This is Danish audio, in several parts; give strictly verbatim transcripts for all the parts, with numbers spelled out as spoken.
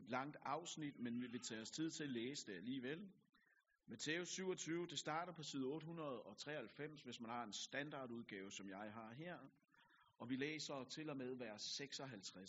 langt afsnit, men vi vil tage os tid til at læse det alligevel. Matthæus syvogtyve, det starter på side otte hundrede og treoghalvfems, hvis man har en standardudgave, som jeg har her. Og vi læser til og med vers seksoghalvtreds.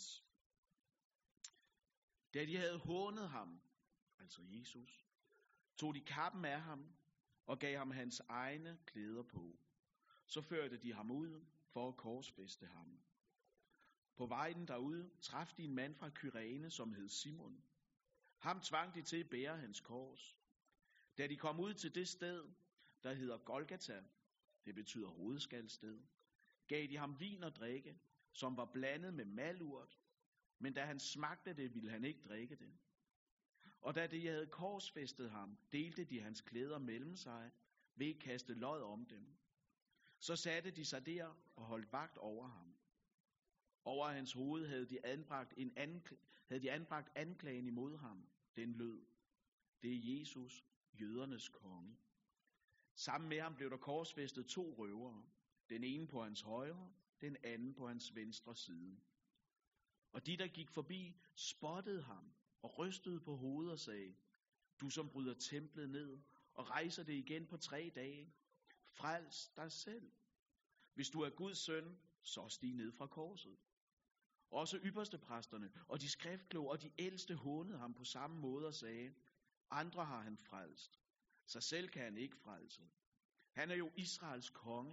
Da de havde hånet ham, altså Jesus, tog de kappen af ham og gav ham hans egne klæder på. Så førte de ham ud for at korsfæste ham. På vejen derude traf de en mand fra Kyrene, som hed Simon. Ham tvang de til at bære hans kors. Da de kom ud til det sted, der hedder Golgata, det betyder hovedskaldsted, gav de ham vin og drikke, som var blandet med malurt, men da han smagte det, ville han ikke drikke det. Og da de havde korsfæstet ham, delte de hans klæder mellem sig, ved at kaste lod om dem. Så satte de sig der og holdt vagt over ham. Over hans hoved havde de anbragt, en ankl- havde de anbragt anklagen imod ham. Den lød: det er Jesus, jødernes konge. Sammen med ham blev der korsfæstet to røvere. Den ene på hans højre, den anden på hans venstre side. Og de, der gik forbi, spottede ham og rystede på hovedet og sagde: du som bryder templet ned og rejser det igen på tre dage, frels dig selv. Hvis du er Guds søn, så stig ned fra korset. Også ypperstepræsterne og de skriftkloge og de ældste hånede ham på samme måde og sagde: andre har han frelst, sig selv kan han ikke frelse. Han er jo Israels konge.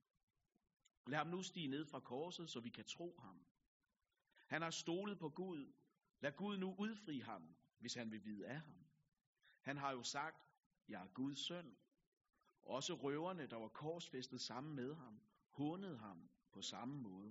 Lad ham nu stige ned fra korset, så vi kan tro ham. Han har stolet på Gud. Lad Gud nu udfri ham, hvis han vil vide af ham. Han har jo sagt: jeg er Guds søn. Også røverne, der var korsfæstet sammen med ham, hånede ham på samme måde.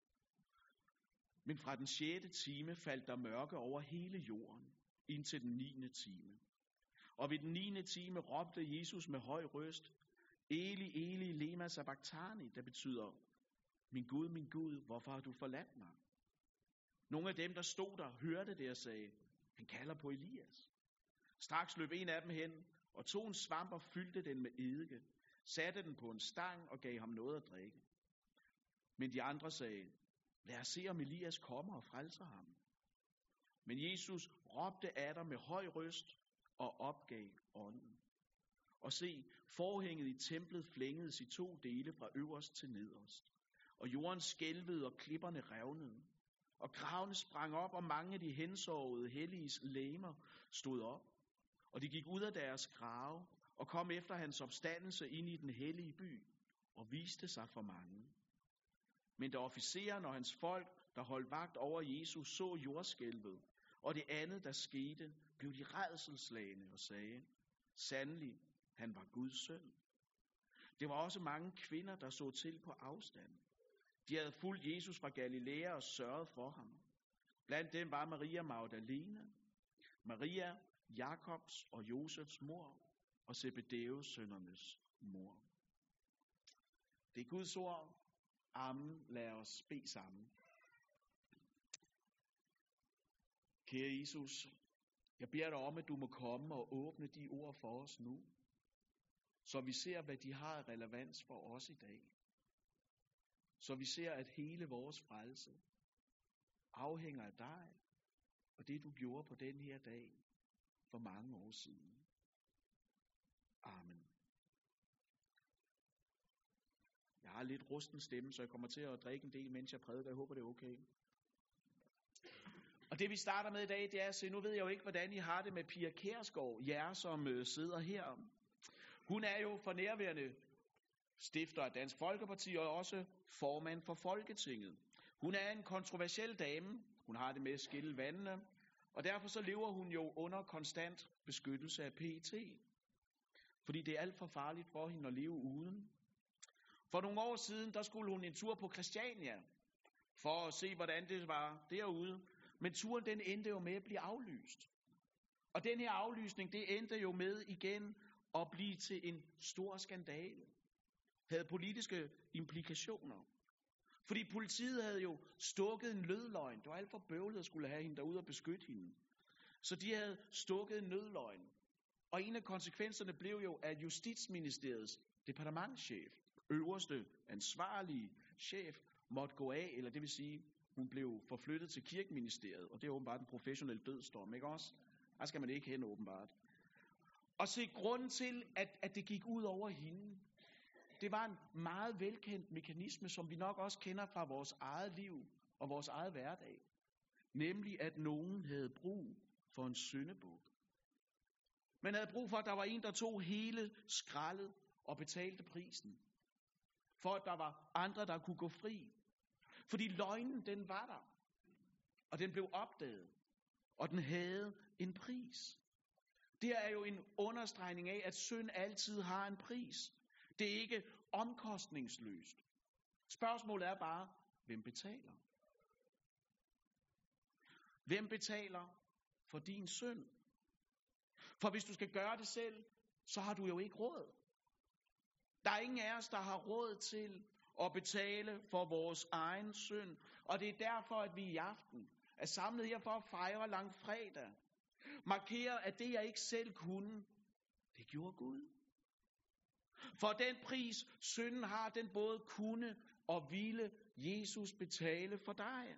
Men fra den sjette time faldt der mørke over hele jorden, indtil den niende time. Og ved den niende time råbte Jesus med høj røst: Eli, Eli, lema sabachthani, der betyder: min Gud, min Gud, hvorfor har du forladt mig? Nogle af dem, der stod der, hørte det og sagde: han kalder på Elias. Straks løb en af dem hen og tog en svamp og fyldte den med eddike, satte den på en stang og gav ham noget at drikke. Men de andre sagde: lad os se, om Elias kommer og frelser ham. Men Jesus råbte af dem med høj røst og opgav ånden. Og se, forhænget i templet flængedes i to dele fra øverst til nederst. Og jorden skælvede og klipperne revnede. Og gravene sprang op, og mange af de hensovede helliges legemer stod op. Og de gik ud af deres grave og kom efter hans opstandelse ind i den hellige by og viste sig for mange. Men da officeren og hans folk, der holdt vagt over Jesus, så jordskælvet og det andet, der skete, blev de rædselsslagne og sagde: sandelig, han var Guds søn. Det var også mange kvinder, der så til på afstand. De havde fulgt Jesus fra Galilea og sørget for ham. Blandt dem var Maria Magdalene, Maria, Jakobs og Josefs mor, og Zebedeus sønnernes mor. Det er Guds ord. Amen. Lad os bede sammen. Kære Jesus, jeg beder dig om, at du må komme og åbne de ord for os nu, så vi ser, hvad de har af relevans for os i dag. Så vi ser, at hele vores frelse afhænger af dig, og det du gjorde på den her dag for mange år siden. Amen. Jeg har lidt rusten stemme, så jeg kommer til at drikke en del, mens jeg prædiker. Jeg håber, det er okay. Og det vi starter med i dag, det er at se, nu ved jeg jo ikke, hvordan I har det med Pia Kjærsgaard, jer som øh, sidder her. Hun er jo for nærværende stifter af Dansk Folkeparti og også formand for Folketinget. Hun er en kontroversiel dame. Hun har det med at skille vandene, og derfor så lever hun jo under konstant beskyttelse af P E T. Fordi det er alt for farligt for hende at leve uden. For nogle år siden, der skulle hun en tur på Christiania, for at se, hvordan det var derude. Men turen, den endte jo med at blive aflyst. Og den her aflysning, det endte jo med igen at blive til en stor skandale. Havde politiske implikationer. Fordi politiet havde jo stukket en nødløgn. Det var alt for bøvlet at skulle have hende derude og beskytte hende. Så de havde stukket en nødløgn. Og en af konsekvenserne blev jo, at Justitsministeriets departementschef, øverste ansvarlige chef, måtte gå af, eller det vil sige, Hun blev forflyttet til kirkeministeriet, og det er åbenbart en professionel dødsdom, ikke også? Der skal man ikke hen, åbenbart. Og se, grunden til, at, at det gik ud over hende, det var en meget velkendt mekanisme, som vi nok også kender fra vores eget liv og vores eget hverdag. Nemlig, at nogen havde brug for en syndebuk. Man havde brug for, at der var en, der tog hele skraldet og betalte prisen. For at der var andre, der kunne gå fri. Fordi løgnen, den var der. Og den blev opdaget. Og den havde en pris. Det er jo en understregning af, at synd altid har en pris. Det er ikke omkostningsløst. Spørgsmålet er bare, hvem betaler? Hvem betaler for din synd? For hvis du skal gøre det selv, så har du jo ikke råd. Der er ingen af os, der har råd til at betale for vores egen synd. Og det er derfor, at vi i aften er samlet her for at fejre langfredag. Markere, at det jeg ikke selv kunne, det gjorde Gud. For den pris, synden har, den både kunne og ville Jesus betale for dig.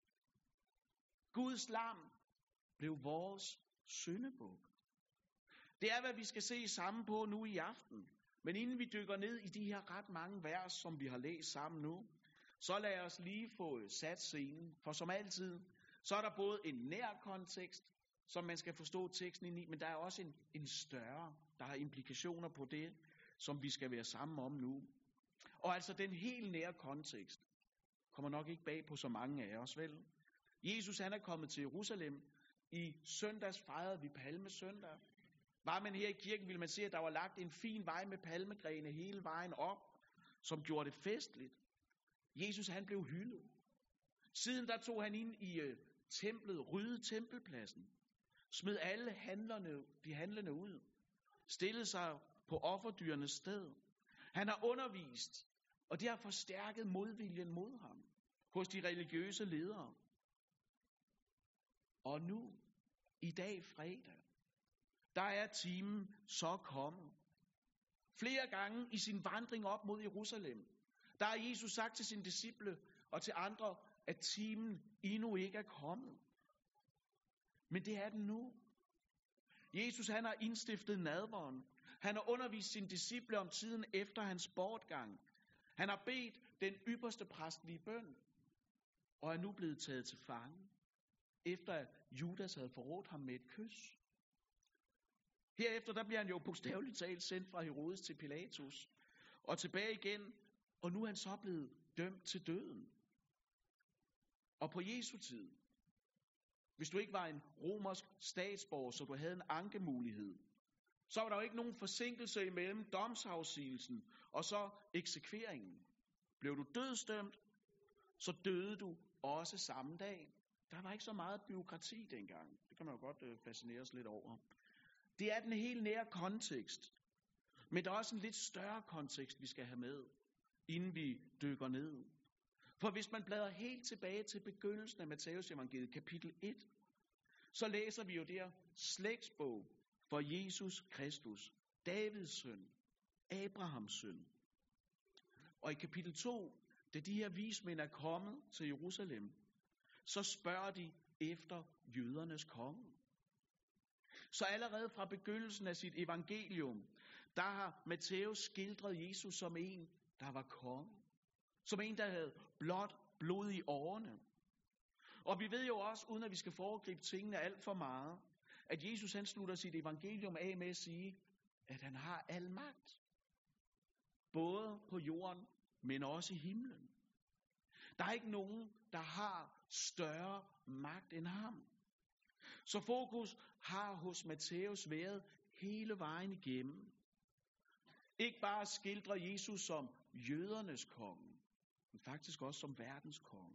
Guds lam blev vores syndebuk. Det er, hvad vi skal se sammen på nu i aften. Men inden vi dykker ned i de her ret mange vers, som vi har læst sammen nu, så lad os lige få sat scenen. For som altid, så er der både en nær kontekst, som man skal forstå teksten ind i, men der er også en, en større, der har implikationer på det, som vi skal være sammen om nu. Og altså den helt nære kontekst kommer nok ikke bag på så mange af os, vel? Jesus, han er kommet til Jerusalem. I søndags fejrede vi palmesøndag. Var man her i kirken, ville man se, at der var lagt en fin vej med palmegrene hele vejen op, som gjorde det festligt. Jesus, han blev hyldet. Siden der tog han ind i øh, templet, ryddede tempelpladsen, smed alle handlerne, de handlende ud, stillede sig på offerdyrenes sted. Han har undervist, og det har forstærket modviljen mod ham hos de religiøse ledere. Og nu, i dag fredag, der er timen så kommet. Flere gange i sin vandring op mod Jerusalem, der har Jesus sagt til sine disciple og til andre, at timen endnu ikke er kommet. Men det er den nu. Jesus, han har indstiftet nadveren. Han har undervist sine disciple om tiden efter hans bortgang. Han har bedt den ypperste præstlige bøn, og er nu blevet taget til fange, efter at Judas havde forrådt ham med et kys. Herefter der bliver han jo bogstaveligt talt sendt fra Herodes til Pilatus, og tilbage igen, og nu er han så blevet dømt til døden. Og på Jesu tid, hvis du ikke var en romersk statsborger, så du havde en ankemulighed, så var der jo ikke nogen forsinkelse imellem domsafsigelsen og så eksekveringen. Blev du dødsdømt, så døde du også samme dag. Der var ikke så meget byråkrati dengang. Det kan man jo godt øh, fascineres lidt over. Det er den helt nære kontekst. Men der er også en lidt større kontekst, vi skal have med, inden vi dykker ned. For hvis man bladrer helt tilbage til begyndelsen af Matthæus evangeliet, kapitel et, så læser vi jo der slægtsbog for Jesus Kristus, Davids søn, Abrahams søn. Og i kapitel to, da de her vismænd er kommet til Jerusalem, så spørger de efter jødernes konge. Så allerede fra begyndelsen af sit evangelium, der har Matthæus skildret Jesus som en, der var konge. Som en, der havde blåt blod i årene. Og vi ved jo også, uden at vi skal foregribe tingene alt for meget, at Jesus han slutter sit evangelium af med at sige, at han har al magt. Både på jorden, men også i himlen. Der er ikke nogen, der har større magt end ham. Så fokus har hos Matthæus været hele vejen igennem. Ikke bare skildre Jesus som jødernes konge, men faktisk også som verdens konge.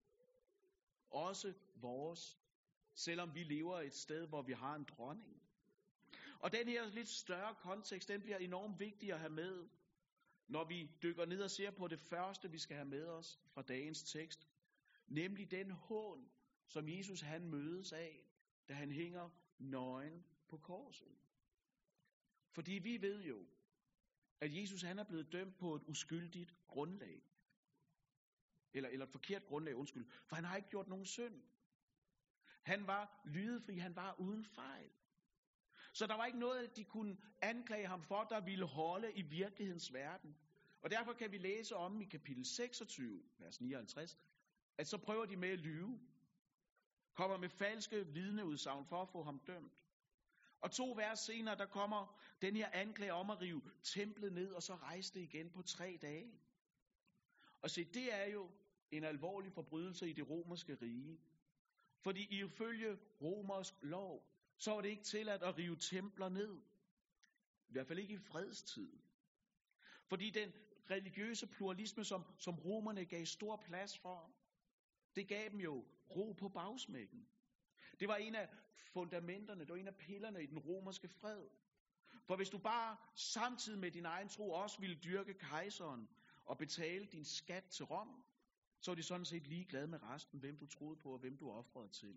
Også vores, selvom vi lever et sted, hvor vi har en dronning. Og den her lidt større kontekst, den bliver enormt vigtig at have med, når vi dykker ned og ser på det første, vi skal have med os fra dagens tekst. Nemlig den hån, som Jesus han mødes af, da han hænger nøgen på korset. Fordi vi ved jo, at Jesus han er blevet dømt på et uskyldigt grundlag. eller, eller et forkert grundlag, undskyld, for han har ikke gjort nogen synd. Han var lydefri, han var uden fejl. Så der var ikke noget, de kunne anklage ham for, der ville holde i virkelighedens verden. Og derfor kan vi læse om i kapitel seksogtyve, vers nioghalvtreds, at så prøver de med at lyve. Kommer med falske vidneudsagn for at få ham dømt. Og to vers senere, der kommer den her anklage om at rive templet ned, og så rejse det igen på tre dage. Og se, det er jo en alvorlig forbrydelse i det romerske rige. Fordi ifølge romersk lov, så var det ikke tilladt at rive templer ned. I hvert fald ikke i fredstid. Fordi den religiøse pluralisme, som, som romerne gav stor plads for, det gav dem jo ro på bagsmækken. Det var en af fundamenterne, det var en af pillerne i den romerske fred. For hvis du bare samtidig med din egen tro også ville dyrke kejseren og betale din skat til Rom, så var de sådan set ligeglade med resten, hvem du troede på og hvem du ofrede til.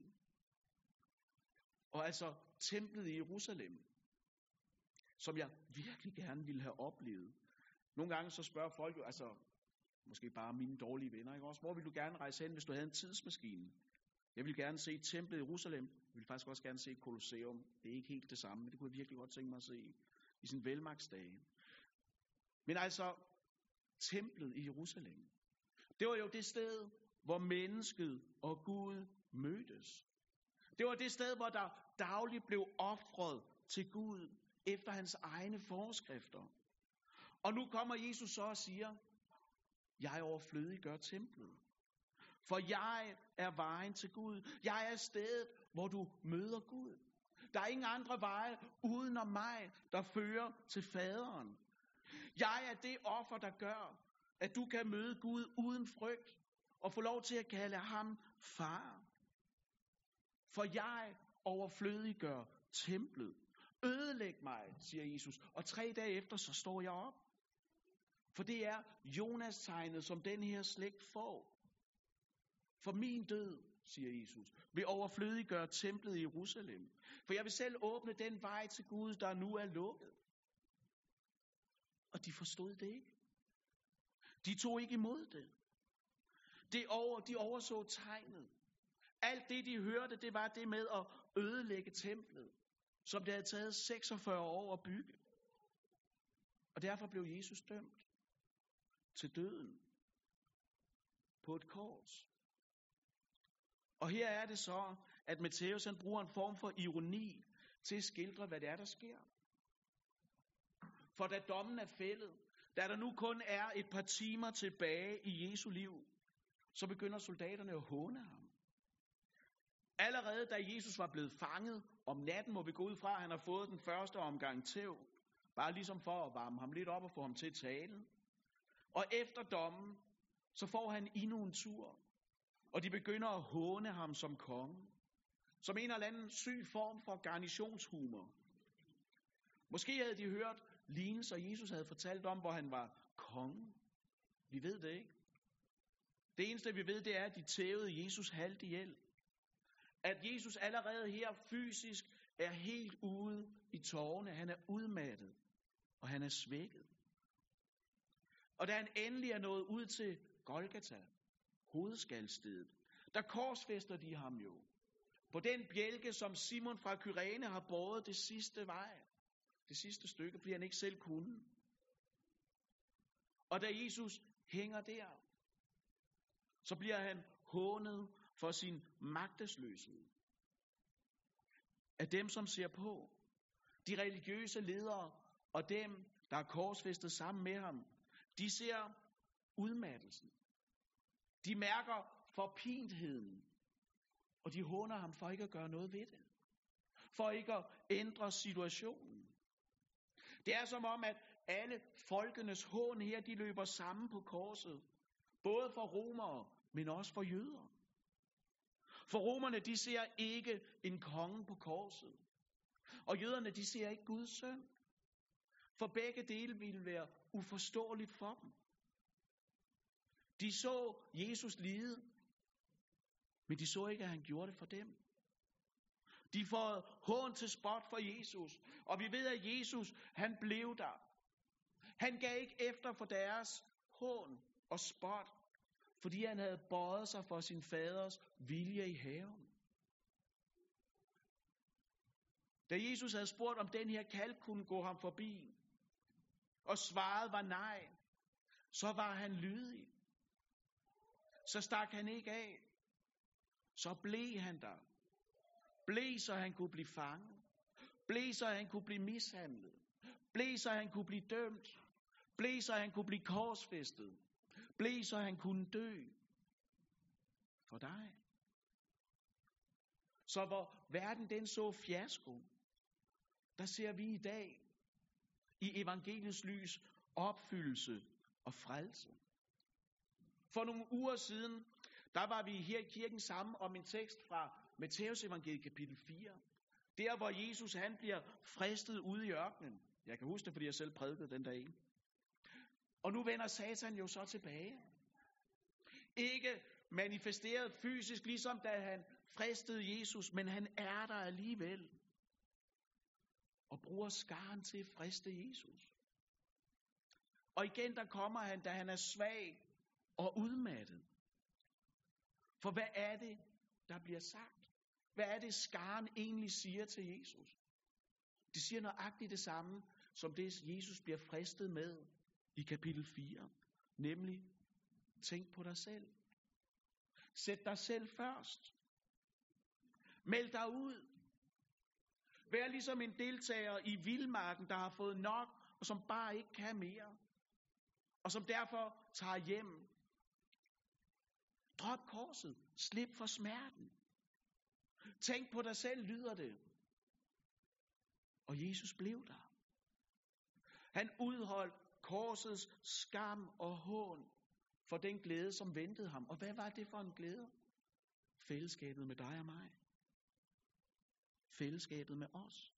Og altså templet i Jerusalem, som jeg virkelig gerne ville have oplevet. Nogle gange så spørger folk jo, altså måske bare mine dårlige venner, ikke også? Hvor vil du gerne rejse hen, hvis du havde en tidsmaskine? Jeg vil gerne se templet i Jerusalem. Jeg vil faktisk også gerne se Colosseum. Det er ikke helt det samme, men det kunne jeg virkelig godt tænke mig at se i sin velmagtsdage. Men altså, templet i Jerusalem, det var jo det sted, hvor mennesket og Gud mødtes. Det var det sted, hvor der dagligt blev ofret til Gud efter hans egne forskrifter. Og nu kommer Jesus så og siger, jeg overflødiggør templet. For jeg er vejen til Gud. Jeg er stedet, hvor du møder Gud. Der er ingen andre veje uden om mig, der fører til faderen. Jeg er det offer, der gør, at du kan møde Gud uden frygt og få lov til at kalde ham far. For jeg overflødiggør templet. Ødelæg mig, siger Jesus, og tre dage efter, så står jeg op. For det er Jonas-tegnet, som den her slægt får. For min død, siger Jesus, vil overflødiggøre templet i Jerusalem. For jeg vil selv åbne den vej til Gud, der nu er lukket. Og de forstod det ikke. De tog ikke imod det. det over, de overså tegnet. Alt det, de hørte, det var det med at ødelægge templet, som det havde taget seksogfyrre år at bygge. Og derfor blev Jesus dømt til døden på et kors. Og her er det så, at Matthæus han bruger en form for ironi til at skildre, hvad det er, der sker. For da dommen er fældet, da der nu kun er et par timer tilbage i Jesu liv, så begynder soldaterne at håne ham. Allerede da Jesus var blevet fanget om natten, må vi gå ud fra, at han har fået den første omgang tæv, bare ligesom for at varme ham lidt op og få ham til at tale. Og efter dommen, så får han endnu en tur, og de begynder at håne ham som konge, som en eller anden syg form for garnitionshumor. Måske havde de hørt lignelser, Jesus havde fortalt om, hvor han var konge. Vi ved det ikke. Det eneste vi ved, det er, at de tævede Jesus halvt ihjel. At Jesus allerede her fysisk er helt ude i tårerne. Han er udmattet, og han er svækket. Og da han endelig er nået ud til Golgata, hovedskalstedet, der korsfæster de ham jo på den bjælke, som Simon fra Kyrene har båret det sidste vej. Det sidste stykke, fordi han ikke selv kunne. Og da Jesus hænger der, så bliver han hånet for sin magtesløshed. Af dem, som ser på, de religiøse ledere og dem, der er korsfæstet sammen med ham, de ser udmattelsen. De mærker forpintheden, og de håner ham for ikke at gøre noget ved det. For ikke at ændre situationen. Det er som om, at alle folkenes hån her, de løber sammen på korset. Både for romere, men også for jøder. For romerne, de ser ikke en konge på korset. Og jøderne, de ser ikke Guds søn. For begge dele ville være uforståeligt for dem. De så Jesus lide, men de så ikke, at han gjorde det for dem. De får hån til spot for Jesus, og vi ved, at Jesus, han blev der. Han gav ikke efter for deres hån og spot, fordi han havde bøjet sig for sin faders vilje i haven. Da Jesus havde spurgt, om den her kalk kunne gå ham forbi, og svaret var nej, så var han lydig. Så stak han ikke af. Så blev han der. Blev så han kunne blive fanget. Blev så han kunne blive mishandlet. Blev så han kunne blive dømt. Blev så han kunne blive korsfæstet. Blev så han kunne dø. For dig. Så hvor verden den så fiasko, der ser vi i dag i evangeliets lys opfyldelse og frelse. For nogle uger siden, der var vi her i kirken sammen om en tekst fra Matthæus evangeliet kapitel fire. Der hvor Jesus han bliver fristet ude i ørkenen. Jeg kan huske det, fordi jeg selv prædikede den dag. Og nu vender Satan jo så tilbage. Ikke manifesteret fysisk, ligesom da han fristede Jesus, men han er der alligevel. Og bruger skaren til at friste Jesus. Og igen der kommer han, da han er svag og udmattet. For hvad er det, der bliver sagt? Hvad er det, skaren egentlig siger til Jesus? Det siger nøjagtigt det samme, som det Jesus bliver fristet med i kapitel fire. Nemlig, tænk på dig selv. Sæt dig selv først. Meld dig ud. Vær ligesom en deltager i vildmarken, der har fået nok, og som bare ikke kan mere. Og som derfor tager hjem. Drop korset. Slip for smerten. Tænk på dig selv, lyder det. Og Jesus blev der. Han udholdt korsets skam og hån for den glæde, som ventede ham. Og hvad var det for en glæde? Fællesskabet med dig og mig. Fællesskabet med os.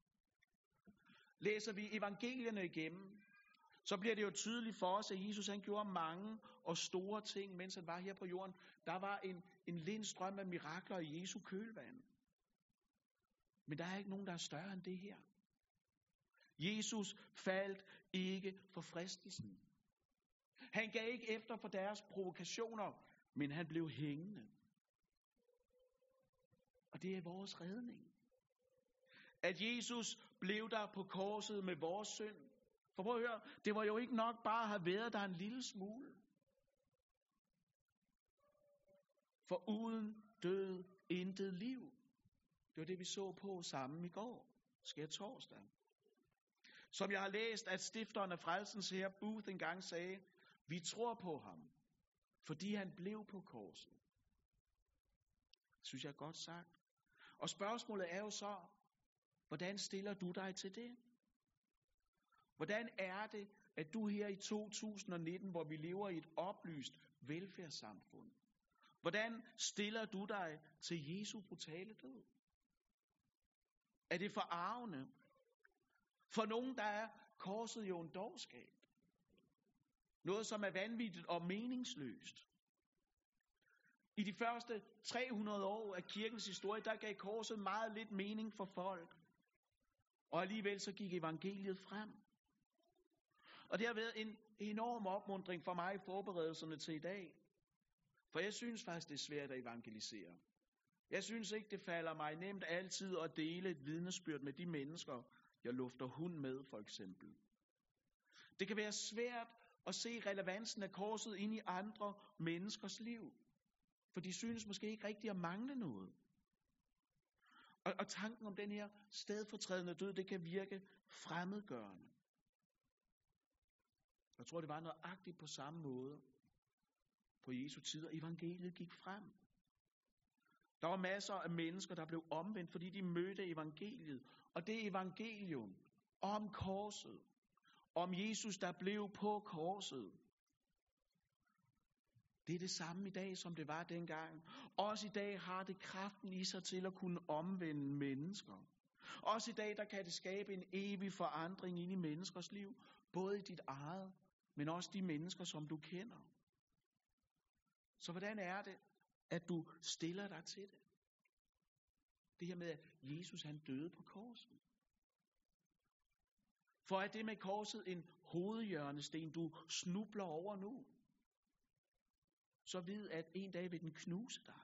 Læser vi evangelierne igennem, så bliver det jo tydeligt for os, at Jesus han gjorde mange og store ting, mens han var her på jorden. Der var en, en lindstrøm af mirakler i Jesu kølvand. Men der er ikke nogen, der er større end det her. Jesus faldt ikke for fristelsen. Han gav ikke efter for deres provokationer, men han blev hængende. Og det er vores redning. At Jesus blev der på korset med vores synd. For prøv at høre, det var jo ikke nok bare at have været der en lille smule. For uden død, intet liv. Det var det, vi så på sammen i går, skær torsdag. Som jeg har læst, at stifteren af frelsens her, Booth, engang sagde, vi tror på ham, fordi han blev på korset. Synes jeg er godt sagt. Og spørgsmålet er jo så, hvordan stiller du dig til det? Hvordan er det, at du her i to tusind nitten, hvor vi lever i et oplyst velfærdssamfund, hvordan stiller du dig til Jesu brutale død? Er det forarvende? For nogen, der er korset jo en dårskab. Noget, som er vanvittigt og meningsløst. I de første tre hundrede år af kirkens historie, der gav korset meget lidt mening for folk. Og alligevel så gik evangeliet frem. Og det har været en enorm opmuntring for mig i forberedelserne til i dag. For jeg synes faktisk, det er svært at evangelisere. Jeg synes ikke, det falder mig nemt altid at dele et vidnesbyrd med de mennesker, jeg lufter hund med, for eksempel. Det kan være svært at se relevansen af korset ind i andre menneskers liv. For de synes måske ikke rigtigt at mangle noget. Og, og tanken om den her stedfortrædende død, det kan virke fremmedgørende. Jeg tror, det var nøjagtigt på samme måde på Jesu tid, og evangeliet gik frem. Der var masser af mennesker, der blev omvendt, fordi de mødte evangeliet. Og det evangelium om korset, om Jesus, der blev på korset, det er det samme i dag, som det var dengang. Også i dag har det kraften i sig til at kunne omvende mennesker. Også i dag, der kan det skabe en evig forandring ind i menneskers liv, både i dit eget, men også de mennesker, som du kender. Så hvordan er det, at du stiller dig til det? Det her med, at Jesus han døde på korset. For er det med korset en hovedhjørnesten, du snubler over nu? så vid, at en dag vil den knuse dig.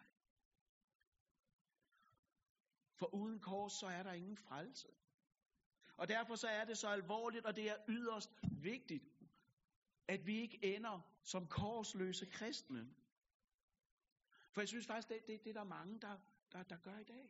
For uden kors, så er der ingen frelse. Og derfor så er det så alvorligt, og det er yderst vigtigt, at vi ikke ender som korsløse kristne. For jeg synes faktisk, det, det, det er der mange, der, der, der gør i dag.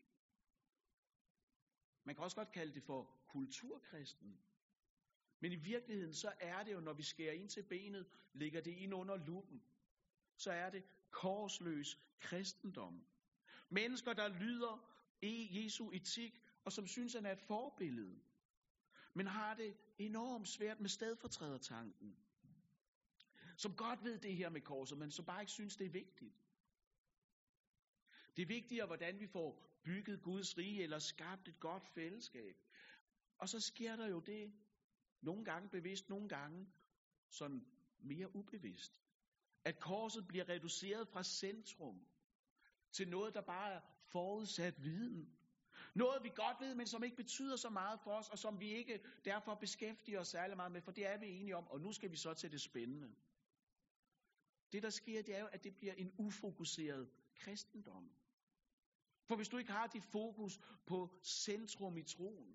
Man kan også godt kalde det for kulturkristen. Men i virkeligheden, så er det jo, når vi skærer ind til benet, ligger det ind under luppen. Så er det korsløs kristendom. Mennesker, der lyder i Jesu etik, og som synes, han er et forbillede. Men har det enormt svært med stedfortrædertanken. Som godt ved det her med korset, men som bare ikke synes, det er vigtigt. Det er vigtigere, hvordan vi får bygget Guds rige, eller skabt et godt fællesskab. Og så sker der jo det, nogle gange bevidst, nogle gange sådan mere ubevidst. At korset bliver reduceret fra centrum til noget, der bare er forudsat viden. Noget vi godt ved, men som ikke betyder så meget for os, og som vi ikke derfor beskæftiger os særlig meget med, for det er vi enige om, og nu skal vi så til det spændende. Det der sker, det er jo, at det bliver en ufokuseret kristendom. For hvis du ikke har dit fokus på centrum i troen,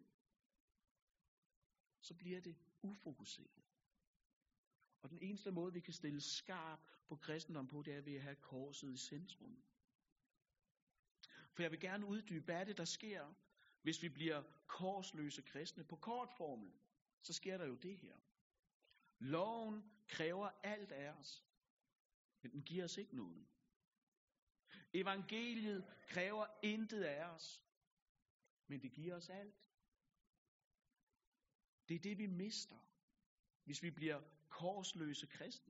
så bliver det ufokuseret. Og den eneste måde, vi kan stille skarp på kristendom på, det er ved at have korset i centrum. For jeg vil gerne uddybe, hvad er det, der sker, hvis vi bliver korsløse kristne. På kort formel, så sker der jo det her. Loven kræver alt af os, men den giver os ikke noget. Evangeliet kræver intet af os, men det giver os alt. Det er det, vi mister, hvis vi bliver korsløse kristne.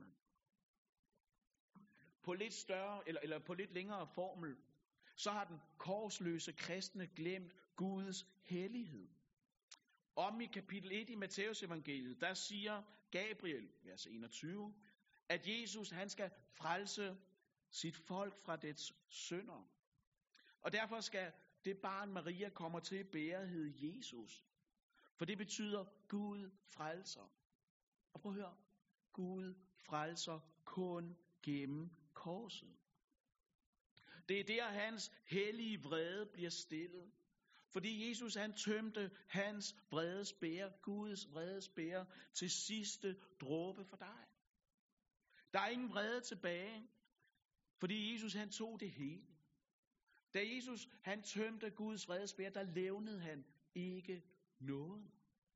På lidt større, eller, eller på lidt længere formel, så har den korsløse kristne glemt Guds hellighed. Om i kapitel et i Matthæus evangeliet, der siger Gabriel, vers enogtyve, at Jesus han skal frelse sit folk fra dets synder. Og derfor skal det barn Maria kommer til at bære hedde Jesus. For det betyder Gud frelser. Og prøv at høre, Gud frelser kun gennem korset. Det er der hans hellige vrede bliver stillet. Fordi Jesus han tømte hans vredes bæger, Guds vredes bæger, til sidste dråbe for dig. Der er ingen vrede tilbage, fordi Jesus han tog det hele. Da Jesus han tømte Guds vredes bæger, der levnede han ikke noget.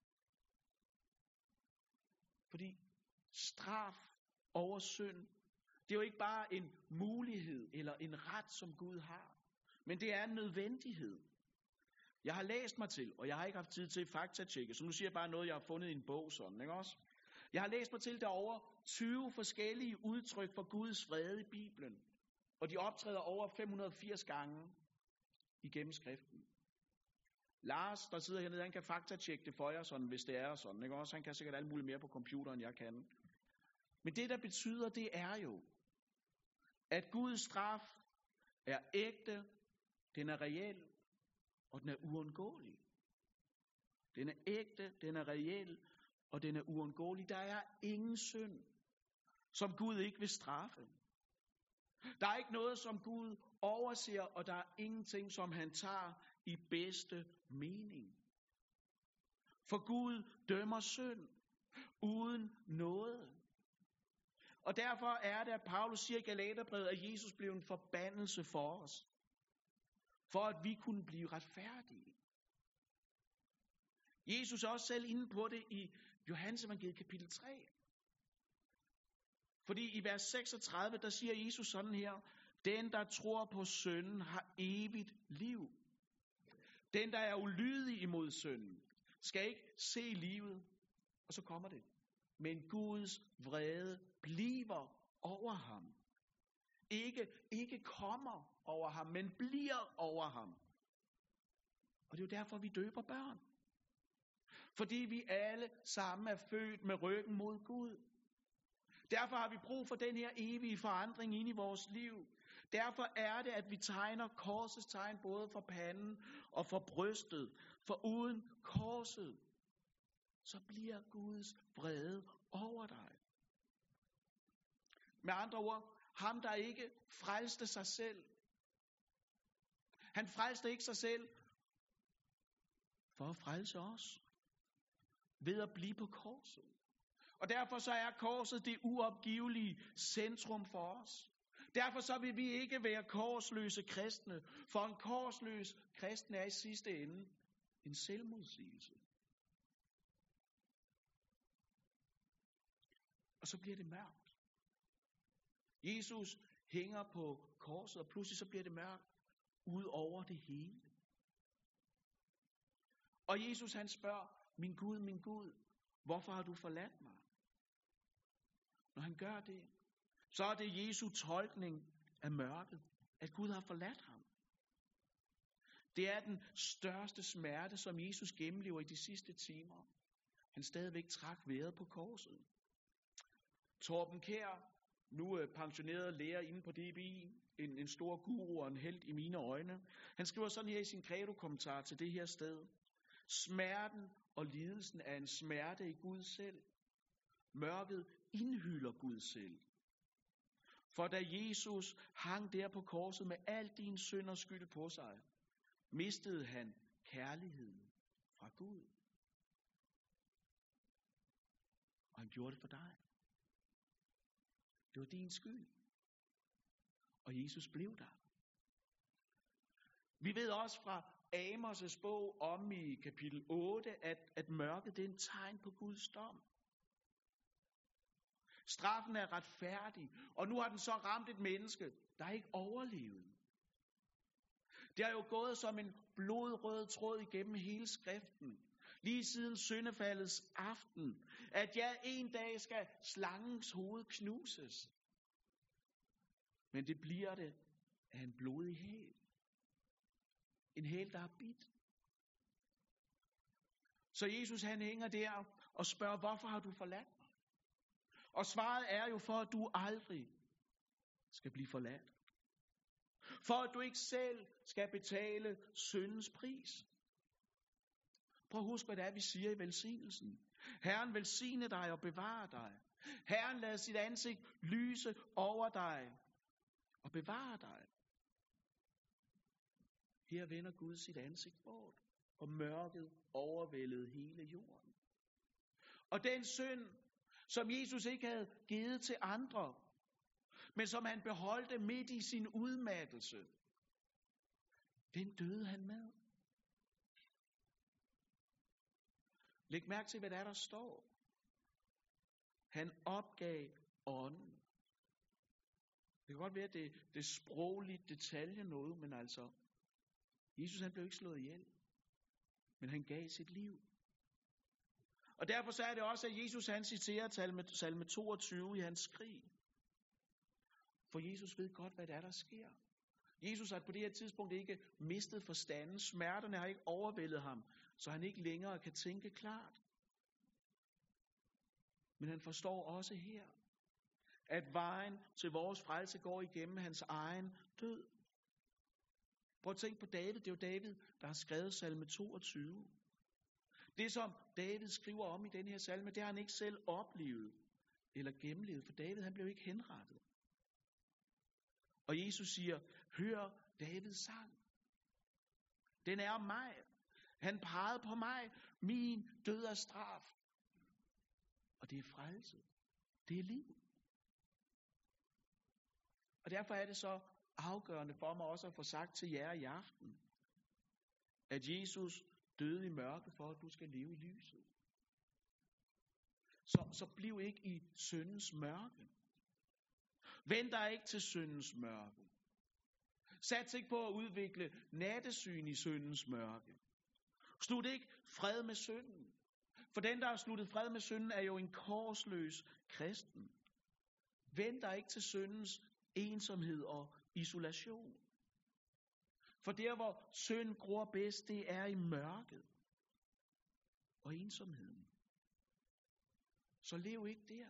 Fordi straf over synd, det er jo ikke bare en mulighed eller en ret, som Gud har. Men det er en nødvendighed. Jeg har læst mig til, og jeg har ikke haft tid til faktatjekke, så nu siger jeg bare noget, jeg har fundet i en bog sådan, ikke også? Jeg har læst mig til, der er over tyve forskellige udtryk for Guds vrede i Bibelen. Og de optræder over fem hundrede og firs gange igennem skriften. Lars, der sidder hernede, han kan faktatjekke det for jer, sådan, hvis det er sådan, ikke også? Han kan sikkert alt muligt mere på computeren, end jeg kan. Men det, der betyder, det er jo, at Guds straf er ægte, den er reel, og den er uundgåelig. Den er ægte, den er reel, og den er uundgåelig. Der er ingen synd, som Gud ikke vil straffe. Der er ikke noget, som Gud overser, og der er ingenting, som han tager i bedste mening. For Gud dømmer synd uden noget. Og derfor er det, at Paulus siger i Galaterbrevet, at Jesus blev en forbandelse for os. For at vi kunne blive retfærdige. Jesus er også selv inde på det i Johannes evangeliet kapitel tre. Fordi i vers seksogtredive, der siger Jesus sådan her: den, der tror på sønnen, har evigt liv. Den, der er ulydig imod synden, skal ikke se livet. Og så kommer det. Men Guds vrede bliver over ham. Ikke, ikke kommer over ham, men bliver over ham. Og det er jo derfor, vi døber børn. Fordi vi alle sammen er født med ryggen mod Gud. Derfor har vi brug for den her evige forandring ind i vores liv. Derfor er det, at vi tegner korsets tegn både for panden og for brystet. For uden korset, så bliver Guds vrede over dig. Med andre ord, ham der ikke frelste sig selv. Han frelste ikke sig selv for at frelse os ved at blive på korset. Og derfor så er korset det uopgivelige centrum for os. Derfor så vil vi ikke være korsløse kristne, for en korsløs kristen er i sidste ende en selvmodsigelse. Og så bliver det mørkt. Jesus hænger på korset, og pludselig så bliver det mørkt ud over det hele. Og Jesus han spørger, min Gud, min Gud, hvorfor har du forladt mig? Når han gør det, så er det Jesu tolkning af mørket, at Gud har forladt ham. Det er den største smerte, som Jesus gennemlever i de sidste timer. Han stadigvæk trak vejret på korset. Torben Kjær, nu pensioneret lærer inde på D B I, en, en stor guru og en helt i mine øjne. Han skriver sådan her i sin credo-kommentar til det her sted. Smerten og lidelsen er en smerte i Gud selv. Mørket indhylder Gud selv. For da Jesus hang der på korset med al din synd og skyld på sig, mistede han kærligheden fra Gud. Og han gjorde det for dig. Det var din skyld. Og Jesus blev der. Vi ved også fra Amos' bog om i kapitel otte, at, at mørket det er en tegn på Guds dom. Straffen er retfærdig, og nu har den så ramt et menneske, der ikke overlevet. Det er jo gået som en blodrød tråd igennem hele skriften, lige siden syndefaldets aften, at ja, en dag skal slangens hoved knuses. Men det bliver det af en blodig hæl. En hæl, der er bidt. Så Jesus han hænger der og spørger, hvorfor har du forladt mig? Og svaret er jo for, at du aldrig skal blive forladt. For at du ikke selv skal betale syndens pris. Prøv at huske, hvad det er, vi siger i velsignelsen. Herren velsigne dig og bevare dig. Herren lader sit ansigt lyse over dig og bevare dig. Her vender Gud sit ansigt bort, og mørket overvældede hele jorden. Og den synd, som Jesus ikke havde givet til andre, men som han beholdte midt i sin udmattelse, den døde han med. Læg mærke til, hvad der er, der står. Han opgav ånden. Det kan godt være, at det, det er sprogligt detalje noget, men altså, Jesus han blev ikke slået ihjel, men han gav sit liv. Og derfor så er det også, at Jesus han citerer salme, salme toogtyve i hans skrig. For Jesus ved godt, hvad det er, der sker. Jesus har på det her tidspunkt ikke mistet forstanden. Smerterne har ikke overvældet ham, så han ikke længere kan tænke klart. Men han forstår også her, at vejen til vores frelse går igennem hans egen død. Prøv at tænke på David. Det er jo David, der har skrevet salme toogtyve. Det, som David skriver om i den her salme, det har han ikke selv oplevet eller gennemlevet, for David han blev ikke henrettet. Og Jesus siger, hør Davids sang. Den er om mig. Han pegede på mig. Min død er straf. Og det er frelse. Det er liv. Og derfor er det så afgørende for mig også at få sagt til jer i aften, at Jesus døde i mørke for, at du skal leve i lyset. Så, så bliv ikke i syndens mørke. Vend dig ikke til syndens mørke. Sats ikke på at udvikle nattesyn i syndens mørke. Slut ikke fred med synden. For den, der har sluttet fred med synden, er jo en korsløs kristen. Vend dig ikke til syndens ensomhed og isolation. For der, hvor synd gror bedst, det er i mørket og ensomheden. Så lev ikke der.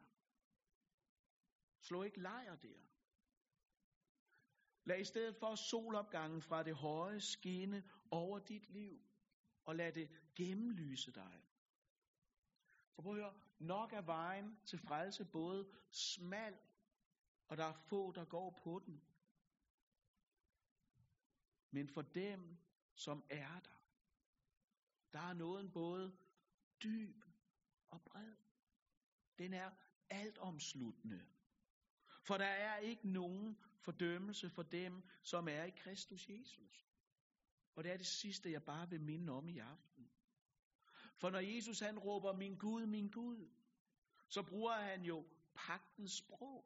Slå ikke lejr der. Lad i stedet for solopgangen fra det høje skinne over dit liv, og lad det gennemlyse dig. For prøv at høre, nok er vejen til frelse både smal og der er få, der går på den. Men for dem, som er der, der er nåden både dyb og bred. Den er altomsluttende. For der er ikke nogen fordømmelse for dem, som er i Kristus Jesus. Og det er det sidste, jeg bare vil minde om i aften. For når Jesus han råber, min Gud, min Gud, så bruger han jo pagtens sprog.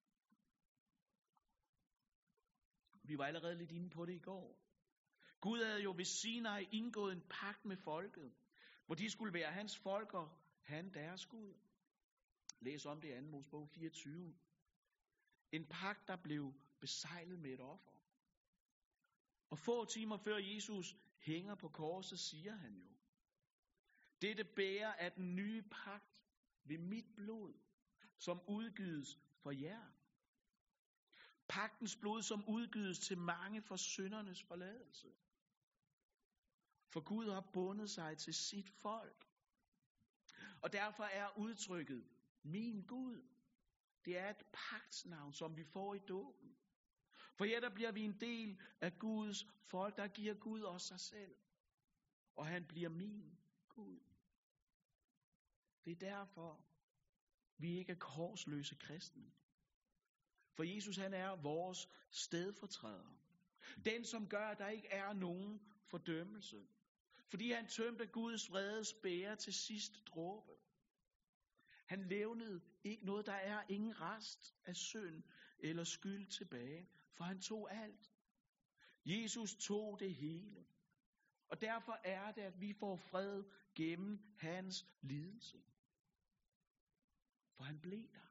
Vi var allerede lidt inde på det i går. Gud havde jo ved Sinai indgået en pagt med folket, hvor de skulle være hans folk, og han deres Gud. Læs om det i anden Mosebog fireogtyve. En pagt, der blev besejlet med et offer. Og få timer før Jesus hænger på korset, siger han jo, dette bærer af den nye pagt ved mit blod, som udgydes for jer. Pagtens blod, som udgydes til mange for syndernes forladelse. For Gud har bundet sig til sit folk. Og derfor er udtrykket, min Gud, det er et pagtsnavn, som vi får i dåben. For her der bliver vi en del af Guds folk, der giver Gud os sig selv. Og han bliver min Gud. Det er derfor, vi ikke er korsløse kristne. For Jesus han er vores stedfortræder. Den som gør, at der ikke er nogen fordømmelse. Fordi han tømte Guds vredes bæger til sidste dråbe. Han levnede ikke noget, der er ingen rest af synd eller skyld tilbage. For han tog alt. Jesus tog det hele. Og derfor er det, at vi får fred gennem hans lidelse. For han blev der.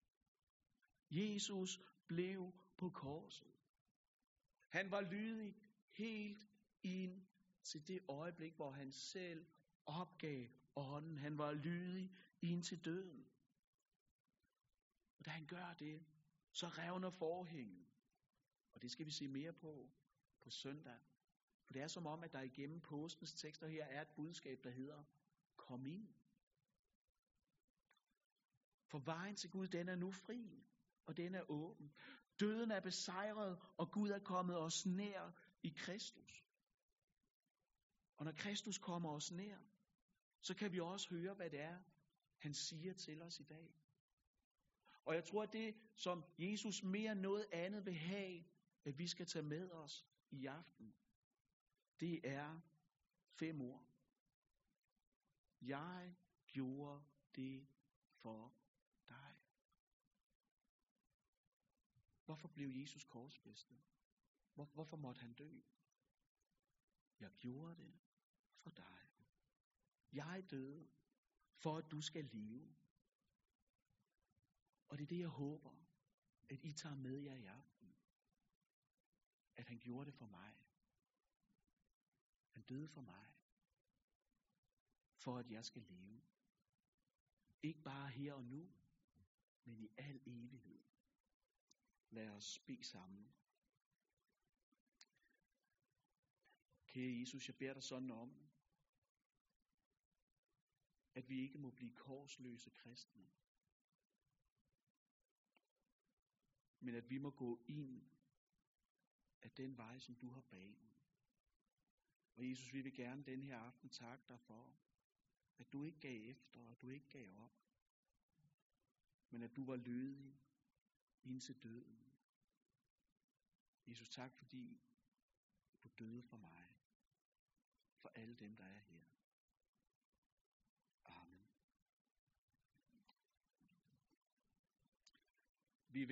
Jesus blev på korset. Han var lydig helt ind til det øjeblik, hvor han selv opgav ånden. Han var lydig ind til døden. Og da han gør det, så revner forhænget. Og det skal vi se mere på på søndag. For det er som om, at der igennem påskens tekster her er et budskab, der hedder, kom ind. For vejen til Gud, den er nu fri, og den er åben. Døden er besejret, og Gud er kommet os nær i Kristus. Og når Kristus kommer os nær, så kan vi også høre, hvad det er, han siger til os i dag. Og jeg tror, at det, som Jesus mere end noget andet vil have, at vi skal tage med os i aften, det er fem ord. Jeg gjorde det for dig. Hvorfor blev Jesus korsfæstet? Hvor, hvorfor måtte han dø? Jeg gjorde det for dig. Jeg døde, for at du skal leve. Og det er det, jeg håber, at I tager med jer i aften. At han gjorde det for mig. Han døde for mig. For at jeg skal leve. Ikke bare her og nu, men i al evighed. Lad os bede sammen. Kære Jesus, jeg beder dig sådan om, at vi ikke må blive korsløse kristne, men at vi må gå ind af den vej, som du har banet. Og Jesus, vi vil gerne den her aften takke dig for, at du ikke gav efter, og du ikke gav op, men at du var lødig indtil døden. Jesus, tak fordi du døde for mig, for alle dem, der er her.